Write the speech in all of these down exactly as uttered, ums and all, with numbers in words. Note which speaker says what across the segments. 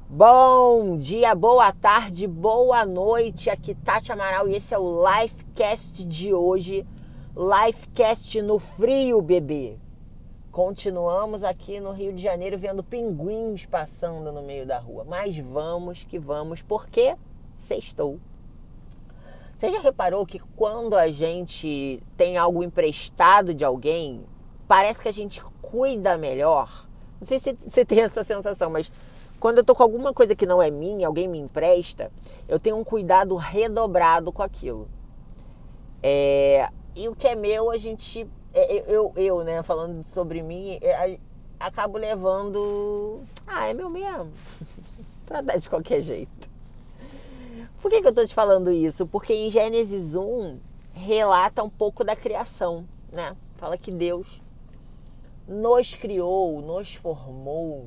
Speaker 1: Bom dia, boa tarde, boa noite, aqui Tati Amaral e esse é o Lifecast de hoje, Lifecast no frio, bebê. Continuamos aqui no Rio de Janeiro vendo pinguins passando no meio da rua, mas vamos que vamos, porque sextou. Você já reparou que quando a gente tem algo emprestado de alguém, parece que a gente cuida melhor? Não sei se você tem essa sensação, mas quando eu tô com alguma coisa que não é minha, alguém me empresta, eu tenho um cuidado redobrado com aquilo. É, e o que é meu, a gente... Eu, eu, né, falando sobre mim, eu, acabo levando... Ah, é meu mesmo. Pra dar de qualquer jeito. Por que que eu tô te falando isso? Porque em Gênesis um, relata um pouco da criação, né? Fala que Deus nos criou, nos formou.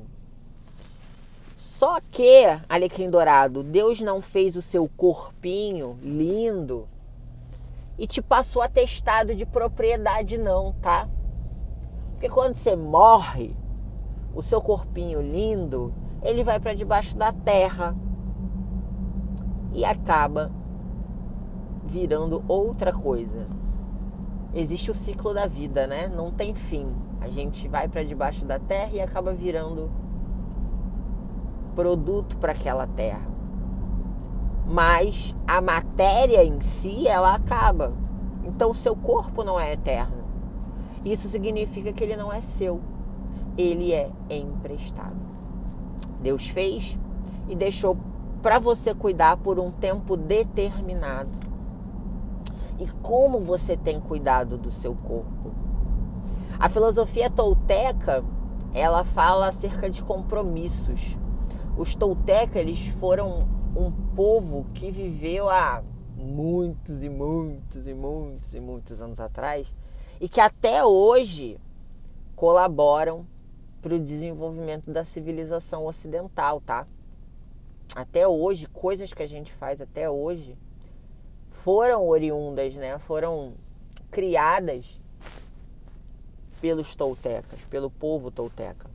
Speaker 1: Só que, alecrim dourado, Deus não fez o seu corpinho lindo e te passou atestado de propriedade não, tá? Porque quando você morre, o seu corpinho lindo, ele vai para debaixo da terra e acaba virando outra coisa. Existe o ciclo da vida, né? Não tem fim. A gente vai para debaixo da terra e acaba virando produto para aquela terra. Mas a matéria em si, ela acaba. Então o seu corpo não é eterno. Isso significa que ele não é seu. Ele é emprestado. Deus fez e deixou para você cuidar por um tempo determinado. E como você tem cuidado do seu corpo? A filosofia tolteca, ela fala acerca de compromissos. Os toltecas, eles foram um povo que viveu há muitos e muitos e muitos e muitos anos atrás e que até hoje colaboram para o desenvolvimento da civilização ocidental, tá? Até hoje, coisas que a gente faz até hoje foram oriundas, né? Foram criadas pelos toltecas, pelo povo tolteca.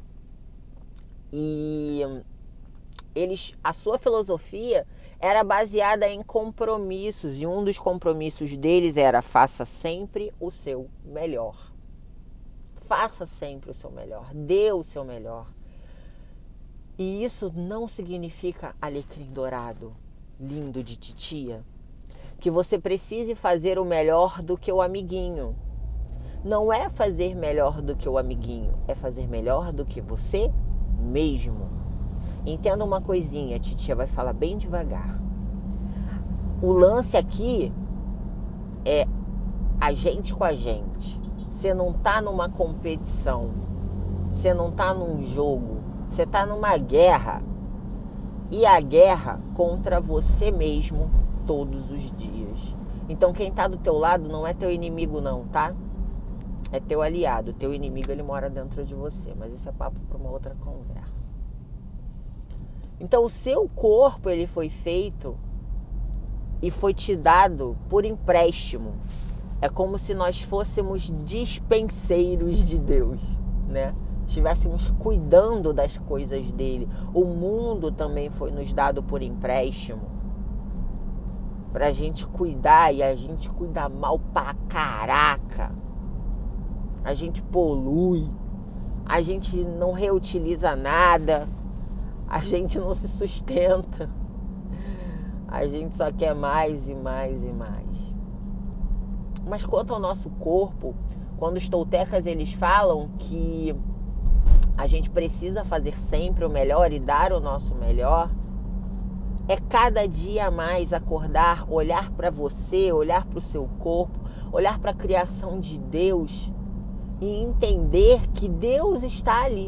Speaker 1: E eles, a sua filosofia era baseada em compromissos, e um dos compromissos deles era: faça sempre o seu melhor. Faça sempre o seu melhor, dê o seu melhor. E isso não significa, alecrim dourado, lindo de titia, que você precise fazer o melhor do que o amiguinho. Não é fazer melhor do que o amiguinho, é fazer melhor do que você mesmo. Entenda uma coisinha, a titia vai falar bem devagar. O lance aqui é a gente com a gente. Você não tá numa competição, você não tá num jogo, você tá numa guerra. E a guerra contra você mesmo todos os dias. Então quem tá do teu lado não é teu inimigo não, tá? É teu aliado. Teu inimigo, ele mora dentro de você, mas isso é papo para uma outra conversa. Então o seu corpo, ele foi feito e foi te dado por empréstimo. É como se nós fôssemos dispenseiros de Deus, né? Estivéssemos cuidando das coisas dele. O mundo também foi nos dado por empréstimo pra gente cuidar, e a gente cuida mal pra caraca. A gente polui, a gente não reutiliza nada, a gente não se sustenta, a gente só quer mais e mais e mais. Mas quanto ao nosso corpo, quando os toltecas eles falam que a gente precisa fazer sempre o melhor e dar o nosso melhor, é cada dia mais acordar, olhar para você, olhar para o seu corpo, olhar para a criação de Deus e entender que Deus está ali.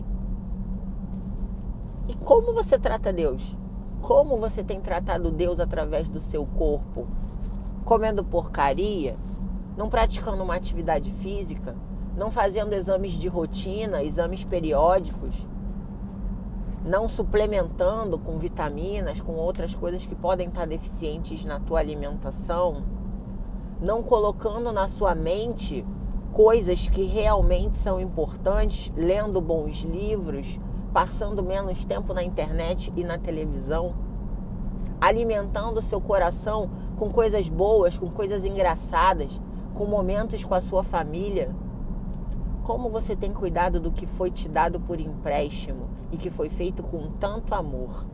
Speaker 1: E como você trata Deus? Como você tem tratado Deus através do seu corpo? Comendo porcaria? Não praticando uma atividade física? Não fazendo exames de rotina, exames periódicos? Não suplementando com vitaminas, com outras coisas que podem estar deficientes na tua alimentação? Não colocando na sua mente coisas que realmente são importantes, lendo bons livros, passando menos tempo na internet e na televisão, alimentando seu coração com coisas boas, com coisas engraçadas, com momentos com a sua família? Como você tem cuidado do que foi te dado por empréstimo e que foi feito com tanto amor?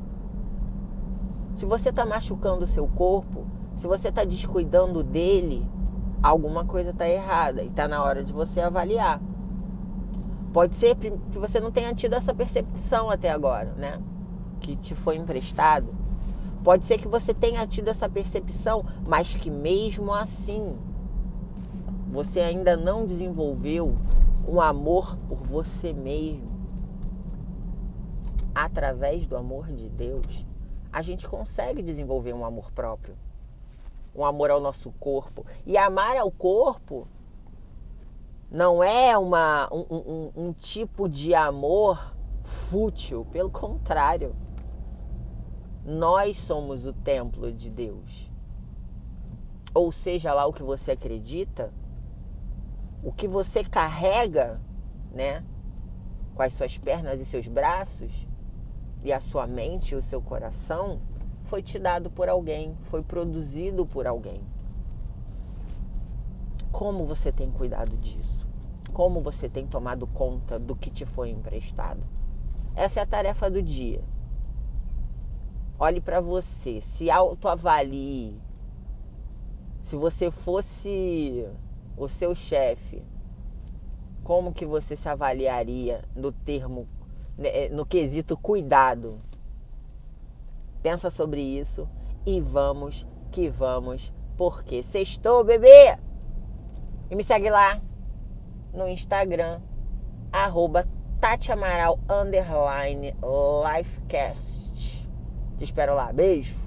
Speaker 1: Se você está machucando o seu corpo, se você está descuidando dele, alguma coisa está errada e está na hora de você avaliar. Pode ser que você não tenha tido essa percepção até agora, né? Que te foi emprestado. Pode ser que você tenha tido essa percepção, mas que mesmo assim você ainda não desenvolveu um amor por você mesmo. Através do amor de Deus, a gente consegue desenvolver um amor próprio, um amor ao nosso corpo. E amar ao corpo não é uma, um, um, um tipo de amor fútil, pelo contrário. Nós somos o templo de Deus. Ou seja lá o que você acredita, o que você carrega, né, com as suas pernas e seus braços, e a sua mente e o seu coração, foi te dado por alguém, foi produzido por alguém. Como você tem cuidado disso? Como você tem tomado conta do que te foi emprestado? Essa é a tarefa do dia. Olhe para você, se autoavalie. Se você fosse o seu chefe, como que você se avaliaria no termo, no quesito cuidado? Pensa sobre isso e vamos que vamos, porque sextou, bebê! E me segue lá no Instagram, arroba Tati Amaral, underline, Lifecast. Te espero lá. Beijo!